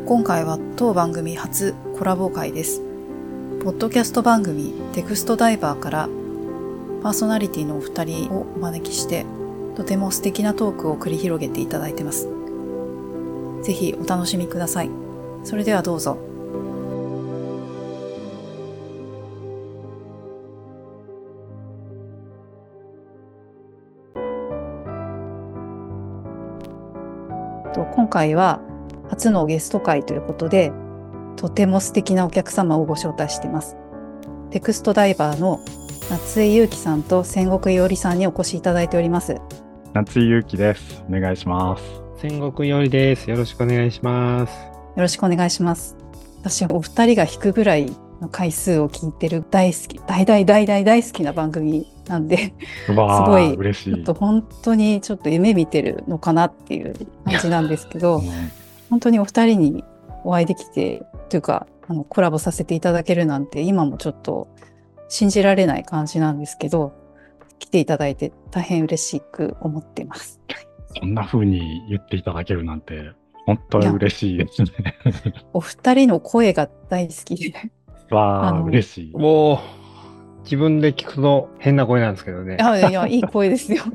今回は当番組初コラボ会です。ポッドキャスト番組テクストダイバーからパーソナリティのお二人をお招きしてとても素敵なトークを繰り広げていただいてます。ぜひお楽しみください。それではどうぞ。今回は初のゲスト会ということで、とても素敵なお客様をご招待しています。テクストダイバーの夏江祐樹さんと千石伊織さんにお越しいただいております。 夏井祐樹です。お願いします。 千石伊織です。よろしくお願いします。 よろしくお願いします。私お二人が弾くぐらいの回数を聞いてる大好き、大好きな番組なんで、すごい嬉しい。 ちょっと本当にちょっと夢見てるのかなっていう感じなんですけど、本当にお二人にお会いできてというかコラボさせていただけるなんて今もちょっと信じられない感じなんですけど、来ていただいて大変嬉しく思っています。 そんな風に言っていただけるなんて本当に嬉しいですね。 お二人の声が大好きで嬉しい。 もう自分で聞くと変な声なんですけどね。 いやいい声ですよ。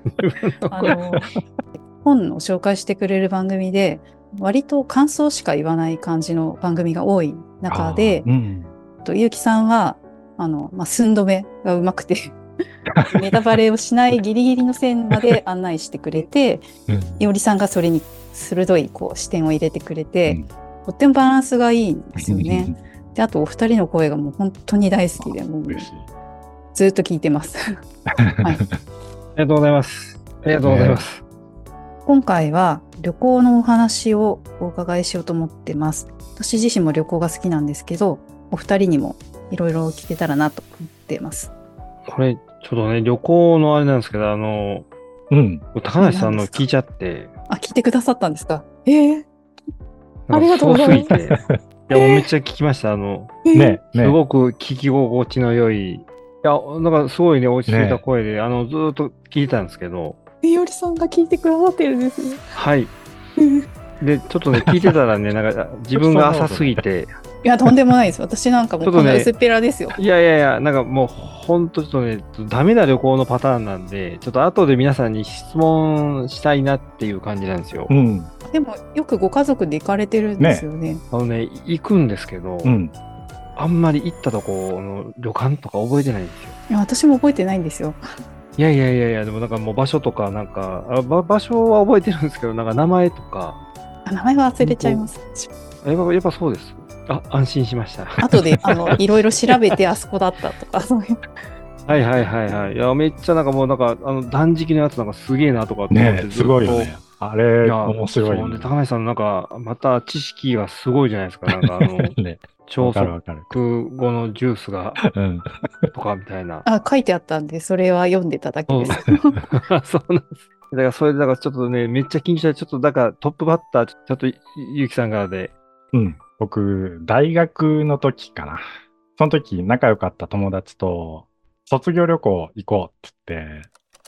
本を紹介してくれる番組で割と感想しか言わない感じの番組が多い中で、ゆうきさんは寸止めがうまくてネタバレをしないギリギリの線まで案内してくれて、いおりさんがそれに鋭い視点を入れてくれて、とってもバランスがいいんですよね。で、あとお二人の声がもう本当に大好きで、もうずっと聞いてます。はい、 ありがとうございます。ありがとうございます。 今回は旅行のお話をお伺いしようと思ってます。私自身も旅行が好きなんですけど、お二人にもいろいろ聞けたらなと思ってます。 これちょっとね、旅行のあれなんですけど、高梨さんの聞いちゃって。 聞いてくださったんですか？ありがとうございます。 いや、もうめっちゃ聞きました。すごく聞き心地の良い、なんかすごいね、落ち着いた声で、ずっと聞いたんですけど。 いおりさんが聞いてくださってるんですね。 はい。で、ちょっとね、聞いてたらね、なんか自分が浅すぎて。 いや、とんでもないです。私なんかもうこんな薄っぺらですよ。 いや、なんかもうほんとちょっとね、ダメな旅行のパターンなんで、ちょっと後で皆さんに質問したいなっていう感じなんですよ。 でもよくご家族で行かれてるんですよね。 行くんですけど、あんまり行ったとこの旅館とか覚えてないんですよ。 いや、私も覚えてないんですよ。 いや、でもなんかもう場所とかなんか、場所は覚えてるんですけど、なんか名前とか。 名前は忘れちゃいます。 やっぱそうです。安心しました。 後でいろいろ調べてあそこだったとか、そういう。 はい。いや、めっちゃなんかもうなんか、断食のやつなんかすげえなとかって思ってすごいよね。あれ、面白いよね。 高梨さんなんか、また知識がすごいじゃないですか。なんか超速後のジュースが、とかみたいな。 書いてあったんで、それは読んでただけです。 そうなんです。だからそれで、だからちょっとね、めっちゃ緊張して、ちょっとだからトップバッター、ちょっとゆうきさんからで。 僕、大学の時かな。その時、仲良かった友達と、卒業旅行行こうって言って、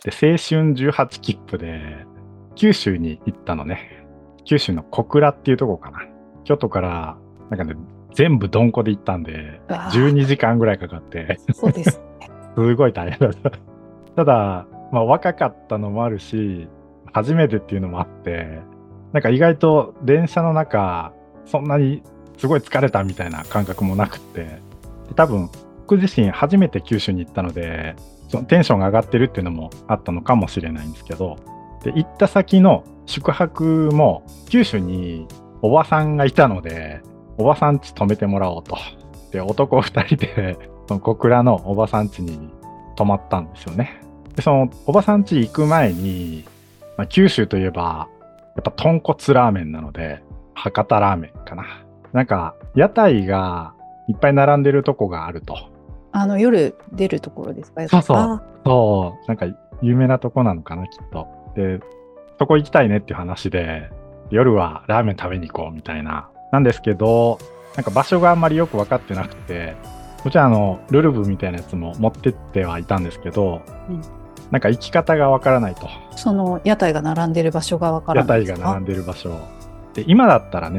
で、青春18切符で、九州に行ったのね。九州の小倉っていうとこかな。京都から、なんかね、全部どんこで行ったんで、12時間ぐらいかかって、 そうです。 すごい大変だった。ただ、若かったのもあるし、初めてっていうのもあって、なんか意外と電車の中、そんなにすごい疲れたみたいな感覚もなくって、多分僕自身初めて九州に行ったので、そのテンションが上がってるっていうのもあったのかもしれないんですけど、で行った先の宿泊も九州におばさんがいたので、おばさん家泊めてもらおうと。で、男2人でその小倉のおばさん家に泊まったんですよね。で、そのおばさん家行く前に、九州といえばやっぱ豚骨ラーメンなので、博多ラーメンかな。なんか屋台がいっぱい並んでるとこがあると。 夜出るところですか？ そう。なんか有名なとこなのかな、きっと。で、そこ行きたいねっていう話で、夜はラーメン食べに行こうみたいな。なんですけど、なんか場所があんまりよく分かってなくて、もちろんルルブみたいなやつも持ってってはいたんですけど、なんか行き方が分からないと。 その屋台が並んでる場所が分からないですか？ 屋台が並んでる場所。で、今だったらね、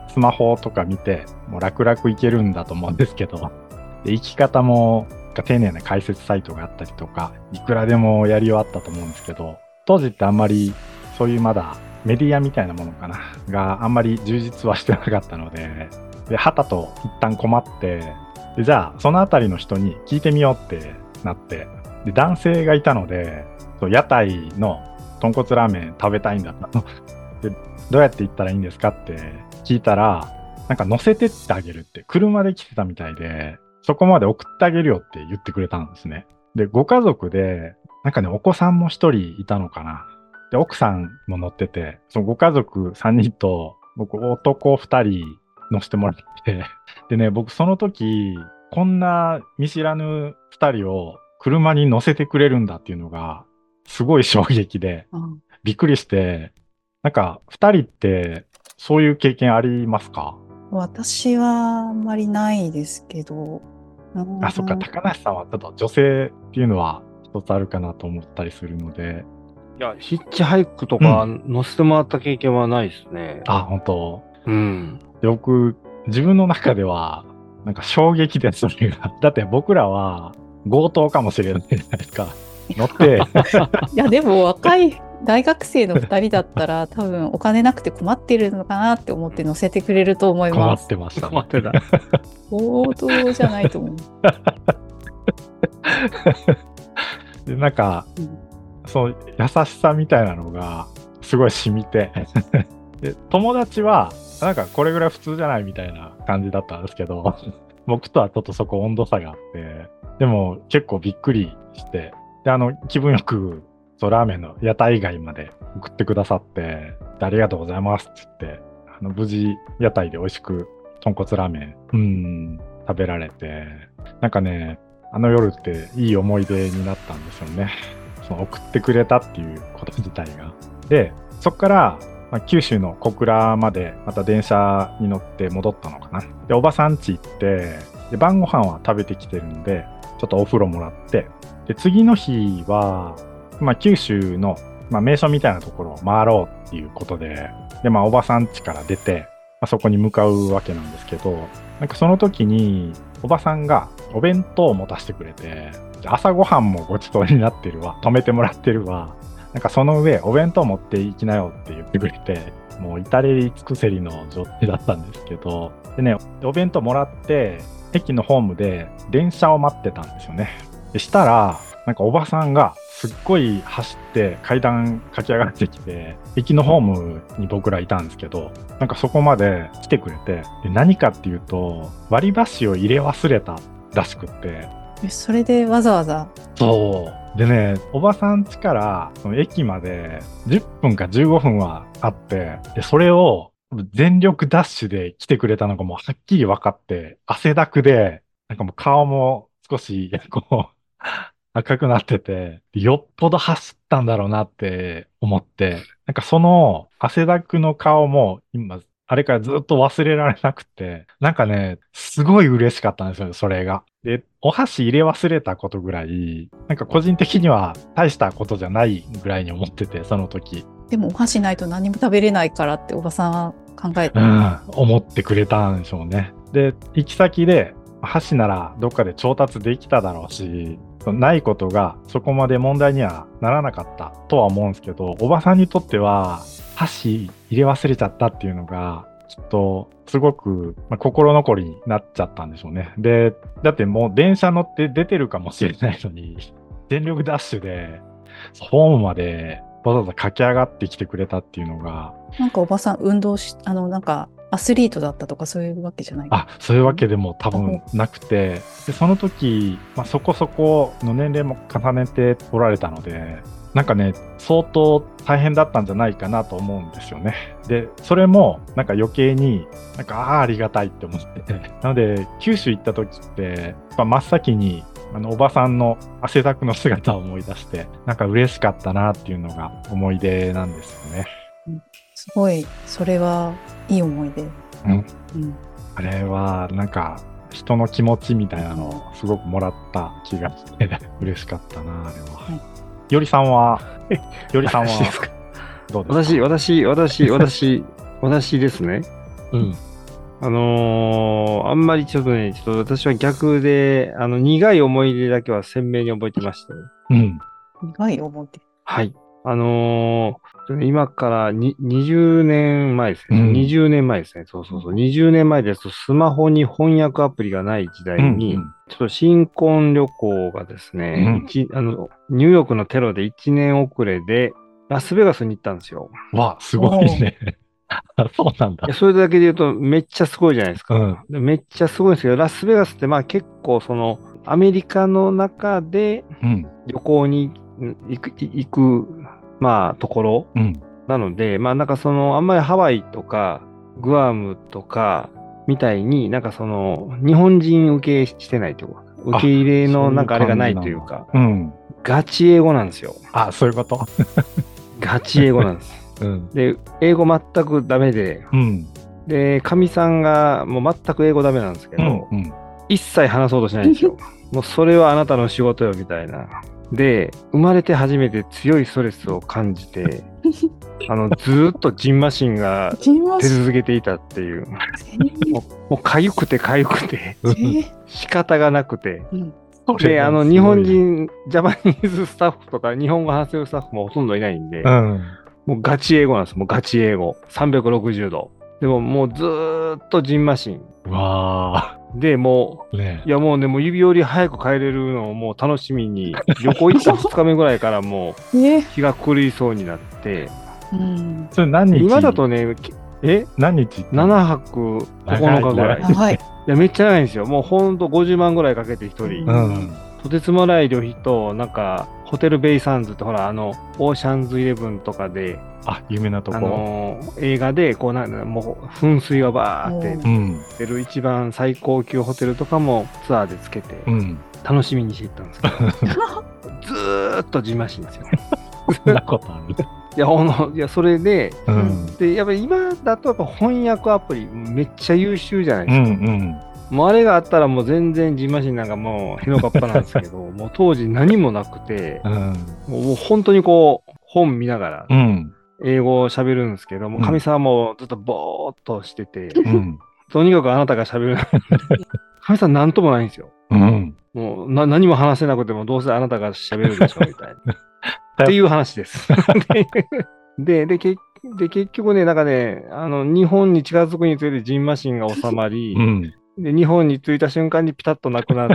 スマホとか見て、もう楽々いけるんだと思うんですけど、で生き方も丁寧な解説サイトがあったりとか、いくらでもやりようあったと思うんですけど、当時ってあんまりそういうまだメディアみたいなものかながあんまり充実はしてなかったので、はたと一旦困って、でじゃあそのあたりの人に聞いてみようってなって、で男性がいたので、屋台の豚骨ラーメン食べたいんだとでどうやって行ったらいいんですかって聞いたら、なんか乗せてってあげるって、車で来てたみたいで、そこまで送ってあげるよって言ってくれたんですね。で、ご家族で、なんかね、お子さんも一人いたのかな。で、奥さんも乗ってて、そのご家族3人と、僕、男2人乗せてもらって、でね、僕その時、こんな見知らぬ2人を車に乗せてくれるんだっていうのが、すごい衝撃で、びっくりして、なんか、2人って、そういう経験ありますか？ 私はあんまりないですけど。 そっか、高梨さんはちょっと女性っていうのは一つあるかなと思ったりするので。 いや、ヒッチハイクとか乗せてもらった経験はないですね。 本当。 うん。 で、僕、自分の中では、なんか衝撃で、それが。だって僕らは強盗かもしれないじゃないですか。乗って。 いや、でも若い大学生の2人だったら多分お金なくて困ってるのかなって思って乗せてくれると思います。 困ってました、 困ってた。 強盗じゃないと思う。 で、なんか、そう優しさみたいなのがすごい染みてで、友達はなんかこれぐらい普通じゃないみたいな感じだったんですけど僕とはちょっとそこ温度差があって、でも結構びっくりして、で気分よくラーメンの屋台街まで送ってくださって、ありがとうございますって言って、無事屋台で美味しく豚骨ラーメン食べられて、なんかね、夜っていい思い出になったんですよね。送ってくれたっていうこと自体が。で、そこから、九州の小倉までまた電車に乗って戻ったのかな。で、おばさん家行って、で、晩ご飯は食べてきてるんで、ちょっとお風呂もらって、で、次の日は、九州の、名所みたいなところを回ろうっていうことで、で、おばさん家から出て、そこに向かうわけなんですけど、なんかその時に、おばさんがお弁当を持たせてくれて、朝ごはんもごちそうになってるわ、止めてもらってるわ、なんかその上お弁当持っていきなよって言ってくれて、もう至れり尽くせりの状態だったんですけど、でね、お弁当もらって駅のホームで電車を待ってたんですよね。でしたら、なんかおばさんがすっごい走って階段駆け上がってきて、駅のホームに僕らいたんですけど、なんかそこまで来てくれて、で何かっていうと割り箸を入れ忘れたらしくって、 それでわざわざ。 そうでね、おばさん家からその駅まで10分か15分はあって、でそれを全力ダッシュで来てくれたのがもうはっきり分かって、汗だくで、なんかもう顔も少しこう赤くなってて、よっぽど走ったんだろうなって思って、なんかその汗だくの顔も今あれからずっと忘れられなくて、なんかね、すごい嬉しかったんですよ、それが。で、お箸入れ忘れたことぐらい、なんか個人的には大したことじゃないぐらいに思ってて、その時。 でもお箸ないと何も食べれないからっておばさんは考えた。 思ってくれたんでしょうね。で、行き先で箸ならどっかで調達できただろうし、ないことがそこまで問題にはならなかったとは思うんですけど、おばさんにとっては箸入れ忘れちゃったっていうのがきっとすごく、心残りになっちゃったんでしょうね。で、だってもう電車乗って出てるかもしれないのに全力ダッシュでホームまでわざわざ駆け上がってきてくれたっていうのが、 なんかおばさん運動しなんかアスリートだったとかそういうわけじゃない？ そういうわけでも多分なくて、でその時、そこそこの年齢も重ねておられたので、なんかね、相当大変だったんじゃないかなと思うんですよね。で、それもなんか余計になんかありがたいって思ってて、なので九州行った時って真っ先におばさんの汗だくの姿を思い出して、なんか嬉しかったなっていうのが思い出なんですよね。 すごい、それはいい思い出。 あれはなんか人の気持ちみたいなのをすごくもらった気がして嬉しかったな、あれは。よりさんはどうですか？ 私ですね。 あんまりちょっと私は逆で、苦い思い出だけは鮮明に覚えてましたね。 うん。 苦い思い出。 はい。今から20年前ですね。20年前ですね。そう。20年前ですと、スマホに翻訳アプリがない時代に、ちょっと新婚旅行がですね、ニューヨークのテロで1年遅れで、ラスベガスに行ったんですよ。 わ、すごいね。そうなんだ。 それだけで言うとめっちゃすごいじゃないですか。めっちゃすごいんですけど、ラスベガスって結構アメリカの中で旅行に行く、ところなので、あんまりハワイとかグアムとかみたいに日本人受けしてないというか、受け入れのあれがないというか、ガチ英語なんですよ。 あ、そういうことガチ英語なんです。で、英語全くダメで、で、かみさんがもう全く英語ダメなんですけど、一切話そうとしないんですよ。もうそれはあなたの仕事よみたいな。で、生まれて初めて強いストレスを感じて、ずーっとジンマシンが出続けていたっていう。もう痒くて仕方がなくて。で、日本人、ジャパニーズスタッフとか、日本語話せるスタッフもほとんどいないんで、もうガチ英語なんです。もうガチ英語。360度。でももうずーっとジンマシン。で、もう、いやもうね、もう指折り早く帰れるのをもう楽しみに、旅行行った2日目ぐらいからもう、日が暮れそうになって、 それ何日今だとね、 何日 ?7 泊9日ぐらい。いや、めっちゃ長いんですよ。もうほんと50万ぐらいかけて1人。とてつもない旅費と、ホテルベイサンズってオーシャンズ11とかで、 有名なとこ映画で、もう噴水がバーって出る一番最高級ホテルとかもツアーでつけて、楽しみにしていったんですけど、ずーっと自慢しいんですよ。 そんなことあるいや、それで、で、やっぱり今だとやっぱ翻訳アプリめっちゃ優秀じゃないですか。もうあれがあったらもう全然ジンマシンなんかもう広かっぱなんですけど、もう当時何もなくて、もう本当に本見ながら英語を喋るんですけども、かみさんはもうずっとぼーっとしてて、とにかくあなたが喋る。かみさんなんともないんですよ。もう何も話せなくてもどうせあなたが喋るでしょみたいな。っていう話です。で、結局ね、日本に近づくにつれてジンマシンが収まり、で、日本に着いた瞬間にピタッとなくなって、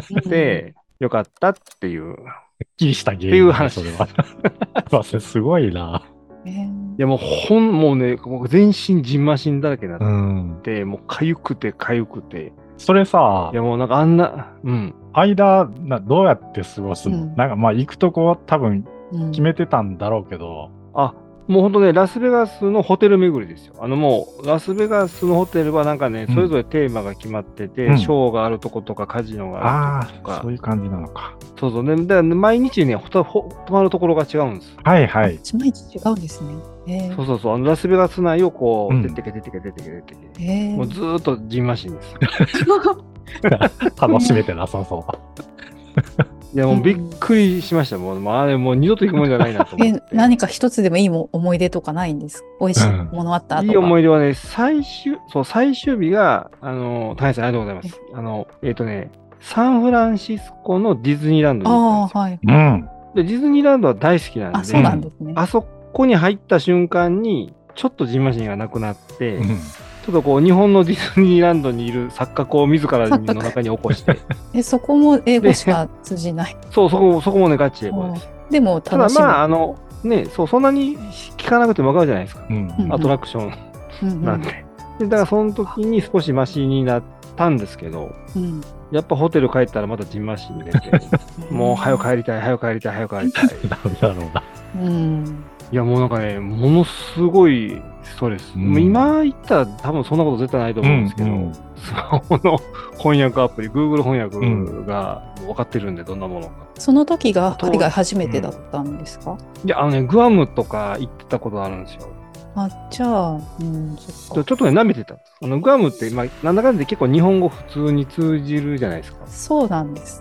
よかったっていう。 きりしたゲームっていう話。 それは。すごいな。 いやもうね、全身ジンマシンだらけになって、もう痒くて。 それさ、 いやもうあんな、 間、どうやって過ごすの？行くとこ多分決めてたんだろうけど。 もうほんとね、ラスベガスのホテル巡りですよ。もう、ラスベガスのホテルはそれぞれテーマが決まってて、ショーがあるとことか、カジノがあるとことか。 そういう感じなのか。 そうね。だから毎日ね、泊まるところが違うんです。 毎日違うんですね。 そう。ラスベガス内を出てけ。もうずーっとジンマシンです。 楽しめてなさそう。 いやもうびっくりしました。もうあれもう二度と行くもんじゃないなと思って。 何か一つでもいい思い出とかないんです？美味しいものあった後。 いい思い出はね、最終日が、高橋さんありがとうございます。サンフランシスコのディズニーランドに行ったんですよ。で、ディズニーランドは大好きなんで、 そうなんですね。 あそこに入った瞬間に、ちょっとジンマシンがなくなって、ちょっと日本のディズニーランドにいる錯覚を自らの中に起こして。 そこも英語しか通じない。 そこもね、ガチ英語です。 でも楽しみ。 そんなに聞かなくても分かるじゃないですか。アトラクションなんで。だからその時に少しマシになったんですけど、やっぱホテル帰ったらまたジンマシンに出て、もう早く帰りたい。なんだろうな。いやもうものすごいストレス。今言ったら多分そんなこと絶対ないと思うんですけど、スマホの翻訳アプリ、Google 翻訳が分かってるんで、どんなものか。 その時が海外初めてだったんですか？ いや、グアムとか行ってたことあるんですよ。 じゃあ、 ちょっとね、舐めてたんです。グアムって、なんだかんだで結構日本語普通に通じるじゃないですか。 そうなんですね。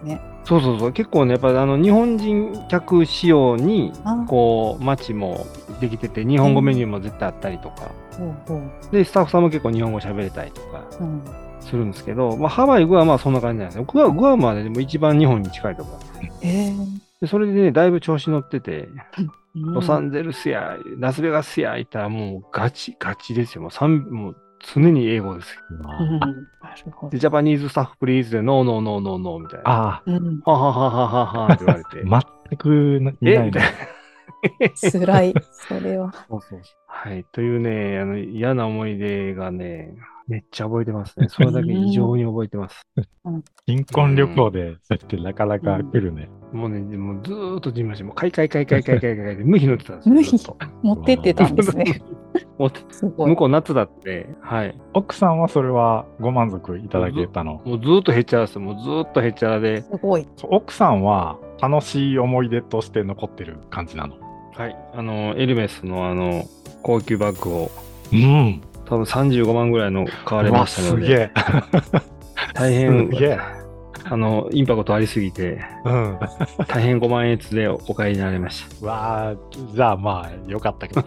そうそうそう、結構ね、やっぱ日本人客仕様に、こう、街もできてて、日本語メニューも絶対あったりとか、で、スタッフさんも結構日本語喋れたりとか、するんですけど、まあ、ハワイ、グアムはそんな感じなんですよ。グアムはね、でも一番日本に近いところ。で、それでね、だいぶ調子乗ってて、ロサンゼルスや、ラスベガスや、行ったらもうガチですよ。もう常に英語ですよ。で、ジャパニーズスタッフプリーズで、ノーノーノーノーノーみたいな。ははははははって言われて。 全くいないね。 辛い、それは。 はい。というね、嫌な思い出がね、めっちゃ覚えてますね。それだけ異常に覚えてます。 新婚旅行で、そうやってなかなか来るね。 もうね、もうずーっとじんましん、もう買いで無比乗ってたんですよ。 無比持ってってたんですね。 向こう夏だって、はい。 奥さんはそれはご満足いただけたの？ もうずーっとへっちゃらです。もうずーっとへっちゃらで。 すごい。 奥さんは楽しい思い出として残ってる感じなの？ はい。エルメスの高級バッグを、多分35万ぐらいの買われましたので。 すげえ。 大変、インパクトありすぎて、大変5万円でお買いになられました。 わあ、じゃあまあ、よかったけど。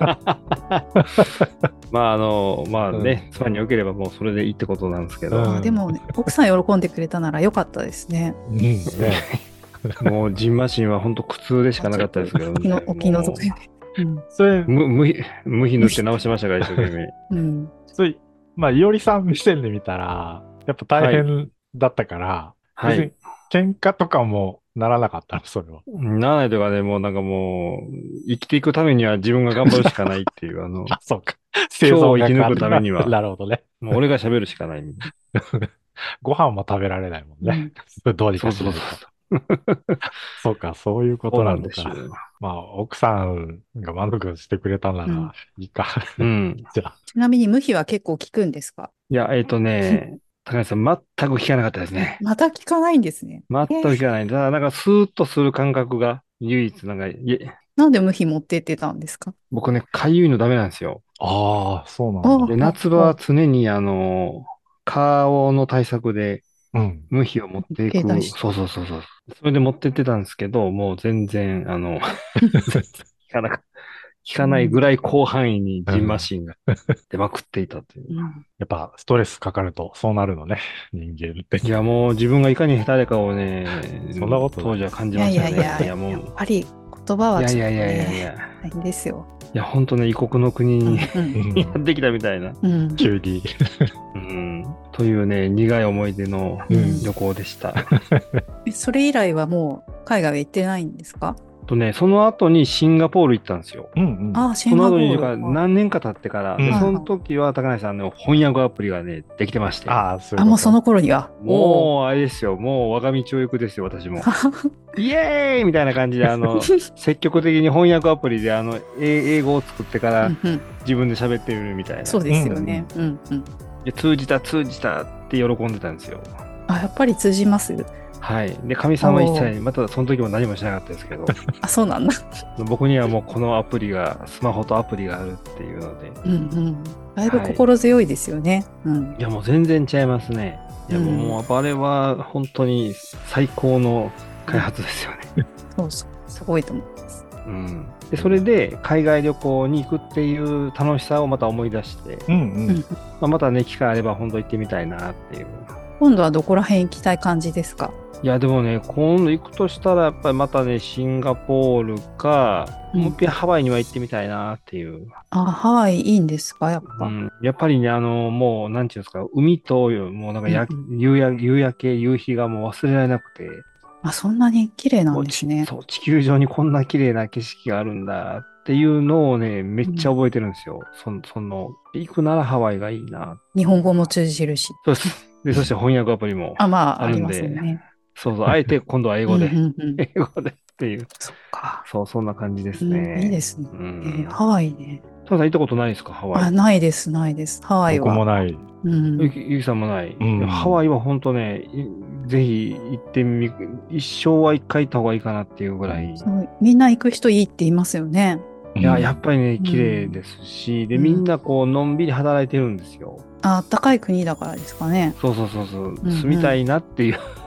まあね、妻に良ければもうそれでいいってことなんですけど。 でもね、奥さん喜んでくれたならよかったですね。 もう、ジンマシンは本当苦痛でしかなかったですけどね。 お気の毒で。 それ無比塗って直しましたから、一生懸命。 それ、まあ、いおりさん目線で見たら、やっぱ大変だったから、別に喧嘩とかもならなかったの、それは。 ならないとかね、もうなんかもう、生きていくためには自分が頑張るしかないっていう、 そうか。 今日を生き抜くためには。 なるほどね。 もう俺が喋るしかない。 ご飯も食べられないもんね。どうにかしないと。そうか、そういうことなんでしょう。まあ、奥さんが満足してくれたならいいか。 じゃあ。ちなみに無比は結構効くんですか？ いや、高橋さん、全く効かなかったですね。 また効かないんですね。 全く効かない。ただ、なんかスーッとする感覚が唯一、 なんで無比持ってってたんですか？ 僕ね、かゆいのダメなんですよ。 ああ、そうなんだ。 で、夏場は常に、顔の対策で、無比を持っていく。そう。それで持ってってたんですけど、もう全然、効かないぐらい広範囲にジンマシンが出まくっていたという。 やっぱストレスかかるとそうなるのね、人間って。 いや、もう自分がいかに下手かをね、 そんなこと当時は感じましたね。 いや、もう。やっぱり言葉はちょっとね、大変ですよ。 いや、本当ね、異国の国にやってきたみたいな。 急に。 というね、苦い思い出の旅行でした。 それ以来はもう海外は行ってないんですか？ その後にシンガポール行ったんですよ。 シンガポール。 その後に何年か経ってから、その時は高梨さんの翻訳アプリがね、できてまして。 もうその頃には。 もう、あれですよ。もう我が道を行くですよ、私も。イエーイみたいな感じで、積極的に翻訳アプリで、英語を作ってから自分で喋ってるみたいな。 そうですよね。 通じたって喜んでたんですよ。 やっぱり通じます？ はい。で、かみさんは一切、またその時も何もしなかったですけど。 そうなんだ。 僕にはもうこのアプリが、スマホとアプリがあるっていうので。 だいぶ心強いですよね。 いや、もう全然違いますね。いや、もう、あれは本当に最高の開発ですよね。 そう。すごいと思います。 で、それで海外旅行に行くっていう楽しさをまた思い出して、またね、機会あれば本当行ってみたいなっていう。 今度はどこら辺行きたい感じですか？ いや、でもね、今度行くとしたら、やっぱりまたね、シンガポールか、もう一遍ハワイには行ってみたいなっていう。 ハワイいいんですか、やっぱ。 やっぱりね、もう、なんていうんですか、海と、もうなんか夕焼け、夕日がもう忘れられなくて。 そんなに綺麗なんですね。 そう、地球上にこんな綺麗な景色があるんだっていうのをね、めっちゃ覚えてるんですよ。行くならハワイがいいな。 日本語も通じるし。 そうです。で、そして翻訳アプリもあるんで。そう、あえて今度は英語で。英語でっていう。 そっか。 そう、そんな感じですね。 いいですね。ハワイね。 ただ行ったことないですか、ハワイ。 ないです。ハワイは。 僕もない。 ゆきさんもない。ハワイは本当ね、ぜひ行って一生は一回行った方がいいかなっていうぐらい。 みんな行く人いいって言いますよね。 いや、やっぱりね、綺麗ですし、で、みんなこう、のんびり働いてるんですよ。 暖かい国だからですかね。 そう。住みたいなっていう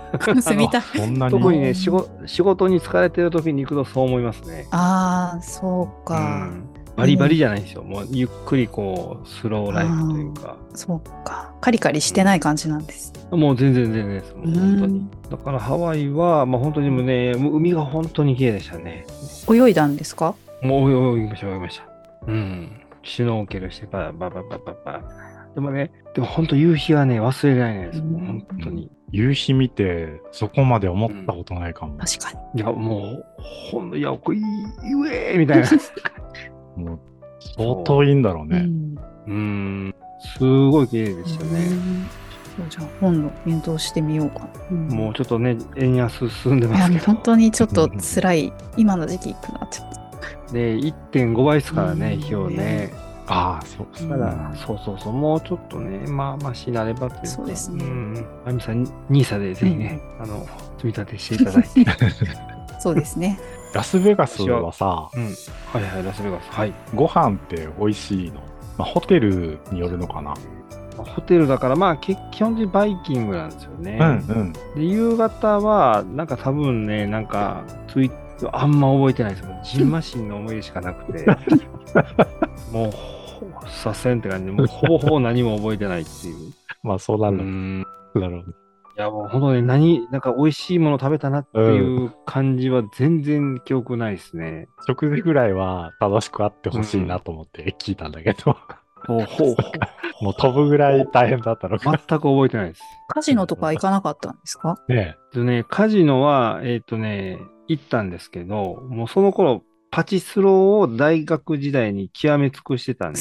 住みたい。 そんなに。 特にね、仕事に疲れてる時に行くとそう思いますね。 ああ、そうか。 バリバリじゃないんですよ。もうゆっくりこう、スローライフというか。 そうか。カリカリしてない感じなんです。 もう全然です。もう本当に。だからハワイは、まあ本当にもね、海が本当に綺麗でしたね。 泳いだんですか？ もう泳ぎました。シュノーケルしてババ。でもね、本当夕日はね、忘れられないです。本当に。 夕日見て、そこまで思ったことないかも。 確かに。いや、もう、いや、これ、うえーみたいな。 もう、相当いいんだろうね。 すごい綺麗ですよね。 じゃあ、今度、検討してみようかな。 もうちょっとね、円安進んでますけど。 本当にちょっと辛い、今の時期行くなって。 で、1.5 倍ですからね、費用ね。 ああ、そうただ、そう、もうちょっとね、まあしなればというか。 そうですね。 あみさん、ニーサでぜひね、積み立てしていただいて。 そうですね。 ラスベガスはさ、 はい、ラスベガス。はい。 ご飯って美味しいの？まあ、ホテルによるのかな？ ホテルだから、まあ、基本的にバイキングなんですよね。で、夕方は、なんか多分ね、なんか、あんま覚えてないですよ。ジンマシンの思い出しかなくて。もう、させんって感じで、もうほぼ何も覚えてないっていう。 まあ、そうなる。なるほど。 いや、もう本当になんか美味しいもの食べたなっていう感じは全然記憶ないですね。 食事ぐらいは楽しくあってほしいなと思って聞いたんだけど。もう飛ぶぐらい大変だったのか。 全く覚えてないです。 カジノとか行かなかったんですか？ ね。 カジノは、行ったんですけど、もうその頃、パチスロを大学時代に極め尽くしてたん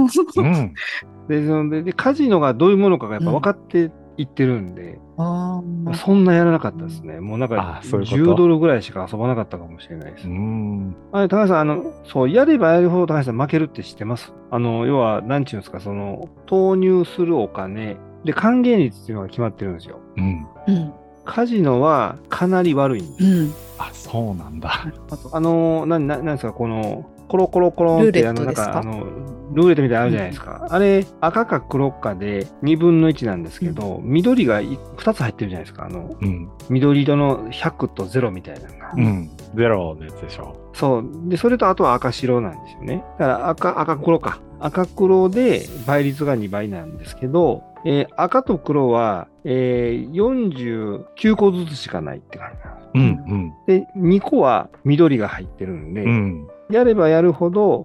で、で、カジノがどういうものかがやっぱ分かっていってるんで、そんなやらなかったですね。もうなんか10ドルぐらいしか遊ばなかったかもしれないです。高橋さん、そう、やればやるほど高橋さん負けるって知ってます？要は、なんちゅうんですか、投入するお金で還元率っていうのが決まってるんですよ。カジノはかなり悪いんです。 あ、そうなんだ。 なんですか、コロコロコロンって、なんか、ルーレットみたいなのあるじゃないですか。あれ、赤か黒かで2分の1なんですけど、緑が2つ入ってるじゃないですか。緑色の100と0みたいなのが。 0のやつでしょ。 そう。で、それとあとは赤白なんですよね。だから赤黒か。赤黒で倍率が2倍なんですけど、赤と黒は、49個ずつしかないって感じなんです。で、2個は緑が入ってるんで、やればやるほど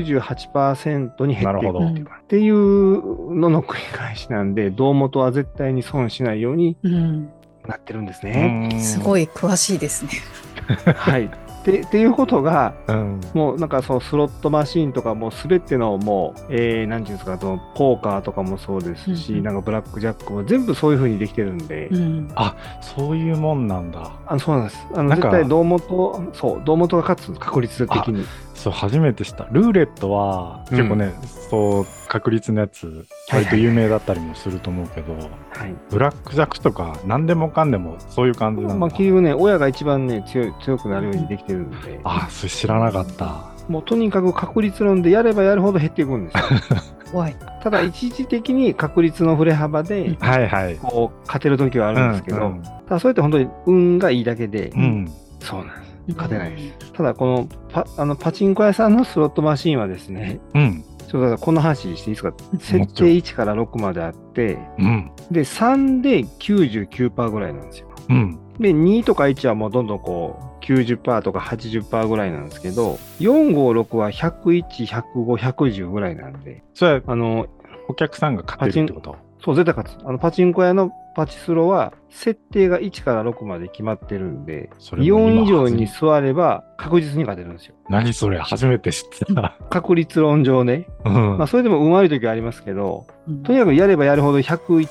98% に減っていくっていうのの繰り返しなんで、胴元は絶対に損しないようになってるんですね。 すごい詳しいですね。 はい。っていうことが、もうなんかスロットマシーンとかもすべてのもう、なんていうんですか、ポーカーとかもそうですし、なんかブラックジャックも全部そういう風にできてるんで。 あ、そういうもんなんだ。 そうなんです。絶対胴元が勝つ、確率的に。 そう、初めて知った。ルーレットは結構ね、確率のやつ、割と有名だったりもすると思うけど、ブラックジャックとか何でもかんでもそういう感じなんだ。 まあ、結局ね、親が一番ね、強くなるようにできてるんで。 あ、それ知らなかった。 もうとにかく確率論でやればやるほど減っていくんですよ。怖い。ただ一時的に確率の振れ幅で、こう勝てる時はあるんですけど、ただそれって本当に運がいいだけで、そうなんです。勝てないです。ただこのパチンコ屋さんのスロットマシンはですね、ちょっとこの話していいですか？設定1から6まであって、で3で 99% ぐらいなんですよ。で2とか1はもうどんどんこう90% とか 80% ぐらいなんですけど、456は101、105、110ぐらいなんで、 それお客さんが勝てるってこと？ そう、絶対勝つ。パチンコ屋のパチスロは設定が1から6まで決まってるんで、4以上に座れば確実に勝てるんですよ。 何それ、初めて知ってた。 確率論上ね。まあそれでもうまい時はありますけど、とにかくやればやるほど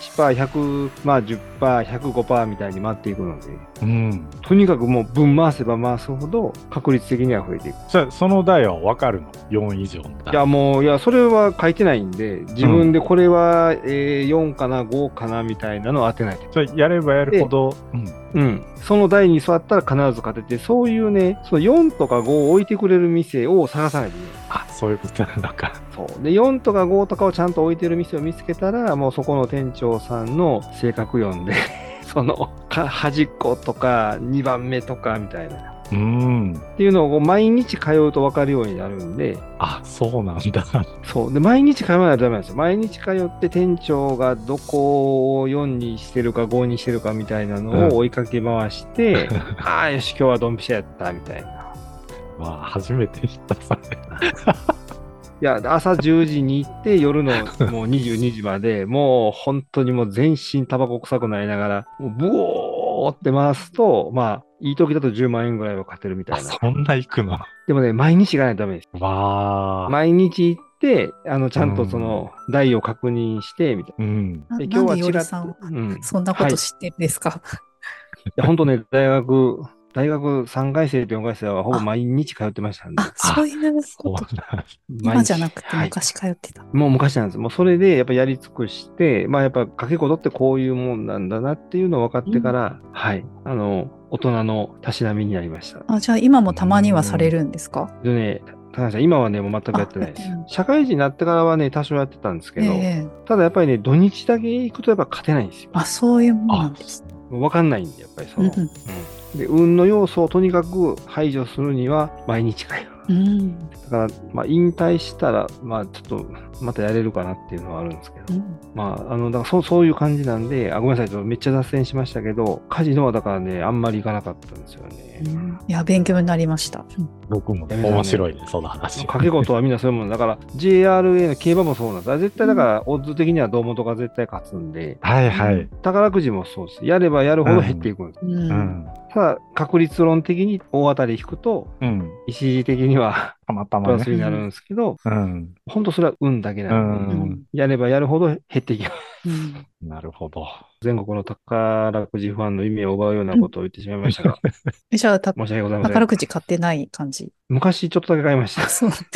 101%、110%、105% みたいに回っていくので、とにかくもう分回せば回すほど確率的には増えていく。 その台は分かるの？ 4 以上の台。 いや、それは書いてないんで、自分でこれは4かな、5かなみたいなのを当てないと。 それやればやるほど、 その台に座ったら必ず勝てて、そういうね、その4とか5を置いてくれる店を探さないといけない。 あ、そういうことなのか。 そうで、4とか5とかをちゃんと置いてる店を見つけたら、もうそこの店長さんの性格読んでその端っことか2番目とかみたいな。っていうのを毎日通うと分かるようになるんで。 あ、そうなんだ。 そう。で、毎日通わないとダメなんですよ。毎日通って店長がどこを4にしてるか5にしてるかみたいなのを追いかけ回して、ああ、よし、今日はドンピシャやったみたいな。 まあ、初めて知った、それ。 いや、朝10時に行って、夜のもう22時まで、もう本当にもう全身タバコ臭くなりながら、もうブオーって回すと、まあ、いい時だと10万円ぐらいは勝てるみたいな。 そんな行くの？ でもね、毎日行かないとダメです。 わー。 毎日行って、ちゃんとその台を確認して、みたいな。 で今日は違って、そんなこと知ってるんですか？ いや、本当ね、大学3回生と4回生はほぼ毎日通ってましたんで。 そういうこと。今じゃなくて昔通ってた。 もう昔なんです。もうそれでやっぱやり尽くして、まあやっぱ掛け事ってこういうもんなんだなっていうのを分かってから、はい。大人のたしなみになりました。 じゃあ今もたまにはされるんですか？ でね、高橋さん、今はね、もう全くやってないです。社会人になってからはね、多少やってたんですけど、ただやっぱりね、土日だけ行くとやっぱ勝てないんですよ。 そういうもんなんですね。 分かんないんで、やっぱりで、運の要素をとにかく排除するには毎日通う。だから、まあ、引退したら、まあ、ちょっと、またやれるかなっていうのはあるんですけど、まあ、だからそういう感じなんで、ごめんなさい、ちょっとめっちゃ脱線しましたけど、カジノはだからね、あんまり行かなかったんですよね。 いや、勉強になりました。 僕も面白いね、その話。 掛け事はみんなそういうものだから、JRA の競馬もそうなんです。絶対だから、オッズ的には堂本が絶対勝つんで、宝くじもそうです。やればやるほど減っていくんです。ただ、確率論的に大当たり引くと、一時的にはたまたまプラスになるんですけど、本当それは運だけなんで、やればやるほど減っていきます。 なるほど。 全国の宝くじファンの意味を奪うようなことを言ってしまいましたが。 じゃあ、 申し訳ございません。 宝くじ買ってない感じ？ 昔ちょっとだけ買いました。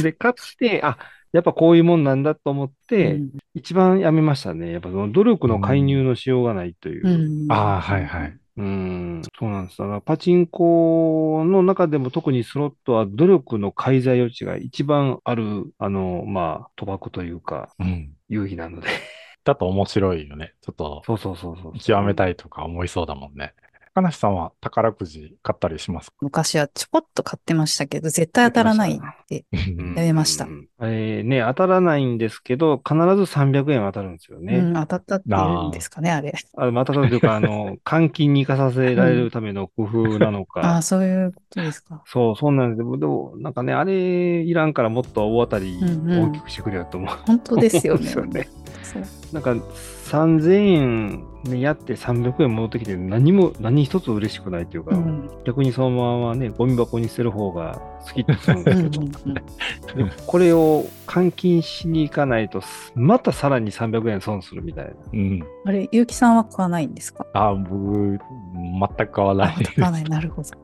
で、買って、やっぱこういうもんなんだと思って、一番やめましたね。やっぱその努力の介入のしようがないという。 はいはい。 そうなんです。だからパチンコの中でも特にスロットは努力の介在余地が一番ある、まあ、賭博というか、遊戯なので。 だと面白いよね。ちょっと、極めたいとか思いそうだもんね。高梨さんは宝くじ買ったりしますか？ 昔はちょこっと買ってましたけど、絶対当たらないってやめました。 ね、当たらないんですけど、必ず300円当たるんですよね。 当たったって言うんですかね、あれ。 当たったというか、換金に生かさせられるための工夫なのか。 そういうことですか。 そうなんです。でも、なんかね、あれいらんからもっと大当たり大きくしてくれよと思う。 本当ですよね。 なんか3000円、ね、やって300円戻ってきて何一つ嬉しくないというか、逆にそのままね、ゴミ箱に捨てる方が好きってするんですけど、これを換金しに行かないと、またさらに300円損するみたいな。 あれ、結城さんは買わないんですか？ 僕、全く買わない。 買わない、なるほど。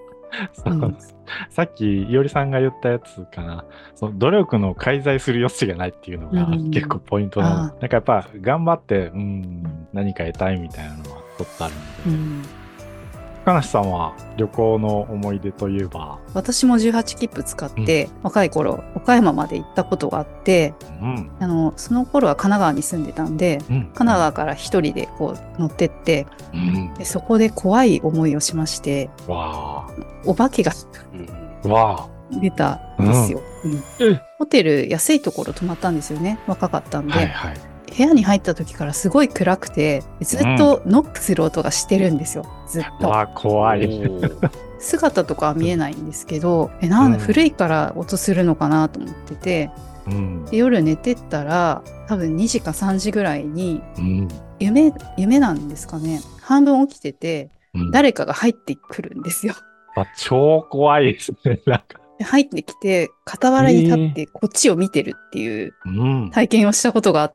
さっきいおりさんが言ったやつかな、その努力の介在する余地がないっていうのが結構ポイントなの。なんかやっぱ頑張って何か得たいみたいなのはちょっとあるので。高梨さんは旅行の思い出といえば？ 私も18切符使って、若い頃岡山まで行ったことがあって、その頃は神奈川に住んでたんで、神奈川から一人でこう乗ってって、でそこで怖い思いをしまして、お化けが出たんですよ。ホテル安いところ泊まったんですよね。若かったんで。部屋に入った時からすごい暗くて、ずっとノックする音がしてるんですよ。ずっと。 怖い。 姿とかは見えないんですけど、なんで古いから音するのかなと思ってて、で夜寝てったら多分2時か3時ぐらいに、夢なんですかね。半分起きてて、誰かが入ってくるんですよ。 超怖いですね。 入ってきて、傍らに立ってこっちを見てるっていう体験をしたことがあって、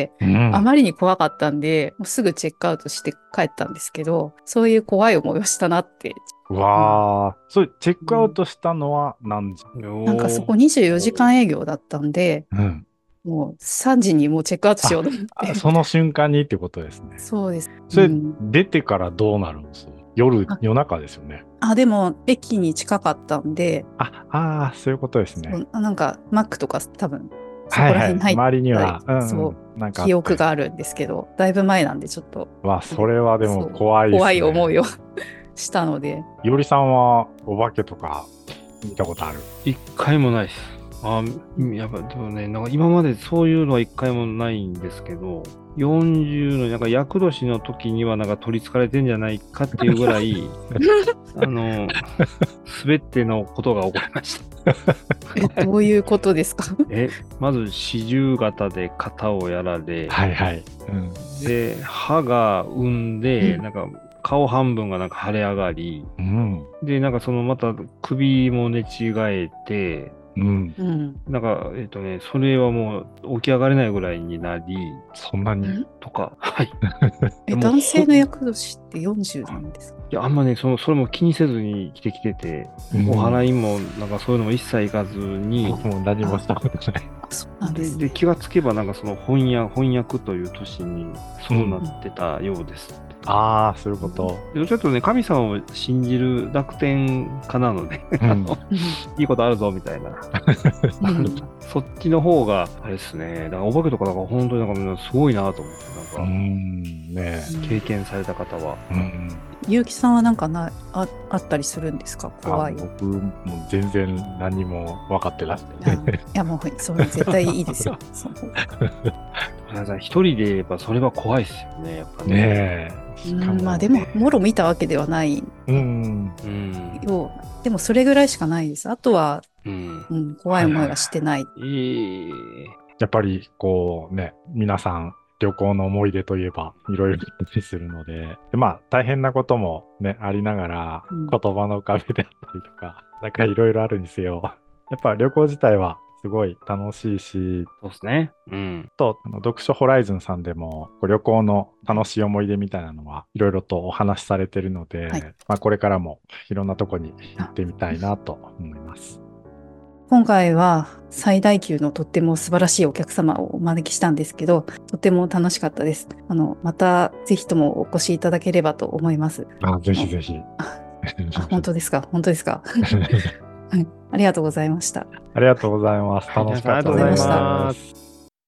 あまりに怖かったんで、もうすぐチェックアウトして帰ったんですけど、そういう怖い思いをしたなって。 それチェックアウトしたのは何時？ なんかそこ24時間営業だったんで、もう3時にもうチェックアウトしようと思って。 その瞬間にってことですね。 そうです。 それ、出てからどうなるんですか？夜中ですよね。 でも、駅に近かったんで。 そういうことですね。 なんか、マックとか多分そこら辺入って、 周りには、 なんか記憶があるんですけど、だいぶ前なんでちょっと。 それはでも怖いですね。 怖い思いをしたので。 いおりさんはお化けとか見たことある？ 一回もないです。やっぱでもね、なんか今までそういうのは一回もないんですけど、40のなんか厄年の時にはなんか取り憑かれてんじゃないかっていうぐらい、すべてのことが起こりました。 どういうことですか？ まず四十肩で肩をやられ、で、歯が産んで、なんか顔半分がなんか腫れ上がり、で、なんかそのまた首も寝違えて、なんか、それはもう起き上がれないぐらいになり、 そんなにとか、はい。 男性の厄年って40なんですか？ いや、あんまね、それも気にせずに生きてきてて、お祓いも、なんかそういうのも一切行かずに、 もう何もしたことない。 そうなんですね。 で、気がつけば、なんかその翻訳という年にそうなってたようです。 そういうこと。 ちょっとね、神様を信じる楽天家なので、いいことあるぞみたいな。そっちの方が、あれですね、だからお化けとか、なんか本当になんかすごいなと思って、なんか、経験された方は。 結城さんはなんかあったりするんですか？怖い。 僕も全然何も分かってなくて。 いや、もう、それ絶対いいですよ。 一人で言えばそれは怖いですよね、やっぱね。 まあでも、もろ見たわけではないようでもそれぐらいしかないです。あとは、怖い思いはしてない。 やっぱりこうね、皆さん旅行の思い出といえばいろいろあったりするので、まあ大変なこともね、ありながら、言葉の壁であったりとか、なんかいろいろあるんですよ。やっぱ旅行自体はすごい楽しいし、 そうですね。 読書ホライズンさんでも旅行の楽しい思い出みたいなのはいろいろとお話しされてるので、これからもいろんなとこに行ってみたいなと思います。 今回は最大級のとっても素晴らしいお客様をお招きしたんですけど、とても楽しかったです。またぜひともお越しいただければと思います。 ぜひぜひ。 本当ですか？本当ですか？ありがとうございました。 ありがとうございます。楽しかったです。ありがとうございます。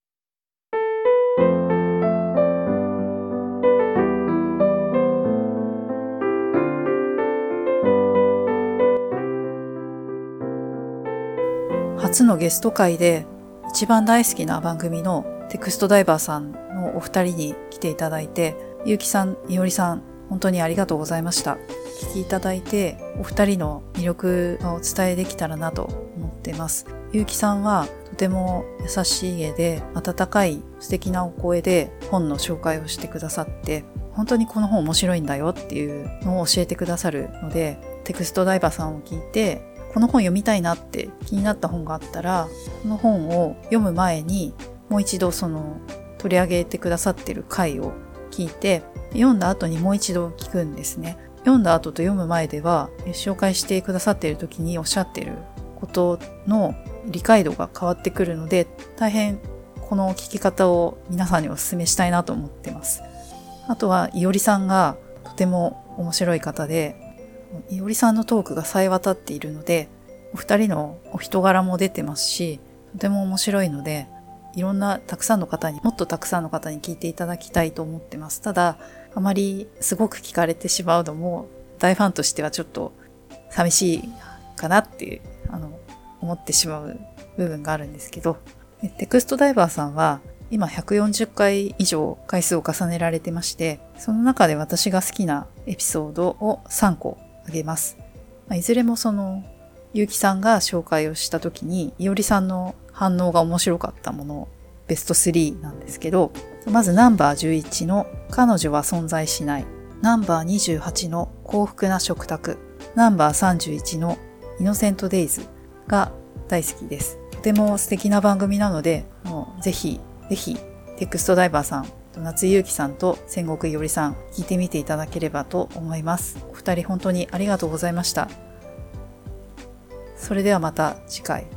初のゲスト会で一番大好きな番組のテクストダイバーさんのお二人に来ていただいて、結城さん、いおりさん、本当にありがとうございました。聞きいただいて、お二人の魅力をお伝えできたらなと思っています。結城さんはとても優しい家で、温かい素敵なお声で本の紹介をしてくださって、本当にこの本面白いんだよっていうのを教えてくださるので、テクストダイバーさんを聞いて、この本読みたいなって気になった本があったら、この本を読む前にもう一度その取り上げてくださっている回を聞いて、読んだ後にもう一度聞くんですね。読んだ後と読む前では、紹介してくださっている時におっしゃっていることの理解度が変わってくるので、大変この聞き方を皆さんにお勧めしたいなと思ってます。あとは、いおりさんがとても面白い方で、いおりさんのトークが冴え渡っているので、お二人のお人柄も出てますし、とても面白いので、いろんなもっとたくさんの方に聞いていただきたいと思ってます。ただ、あまりすごく聞かれてしまうのも、大ファンとしてはちょっと寂しいかなって思ってしまう部分があるんですけど、テクストダイバーさんは今140回以上回数を重ねられてまして、その中で私が好きなエピソードを3個あげます。いずれもその結城さんが紹介をした時にいおりさんの反応が面白かったものベスト3なんですけど、まずナンバー11の彼女は存在しない、ナンバー28の幸福な食卓、ナンバー31のイノセントデイズが大好きです。とても素敵な番組なので、もうぜひテクストダイバーさん、夏井ゆうきさんと千石いおりさん聞いてみていただければと思います。お二人本当にありがとうございました。それではまた次回。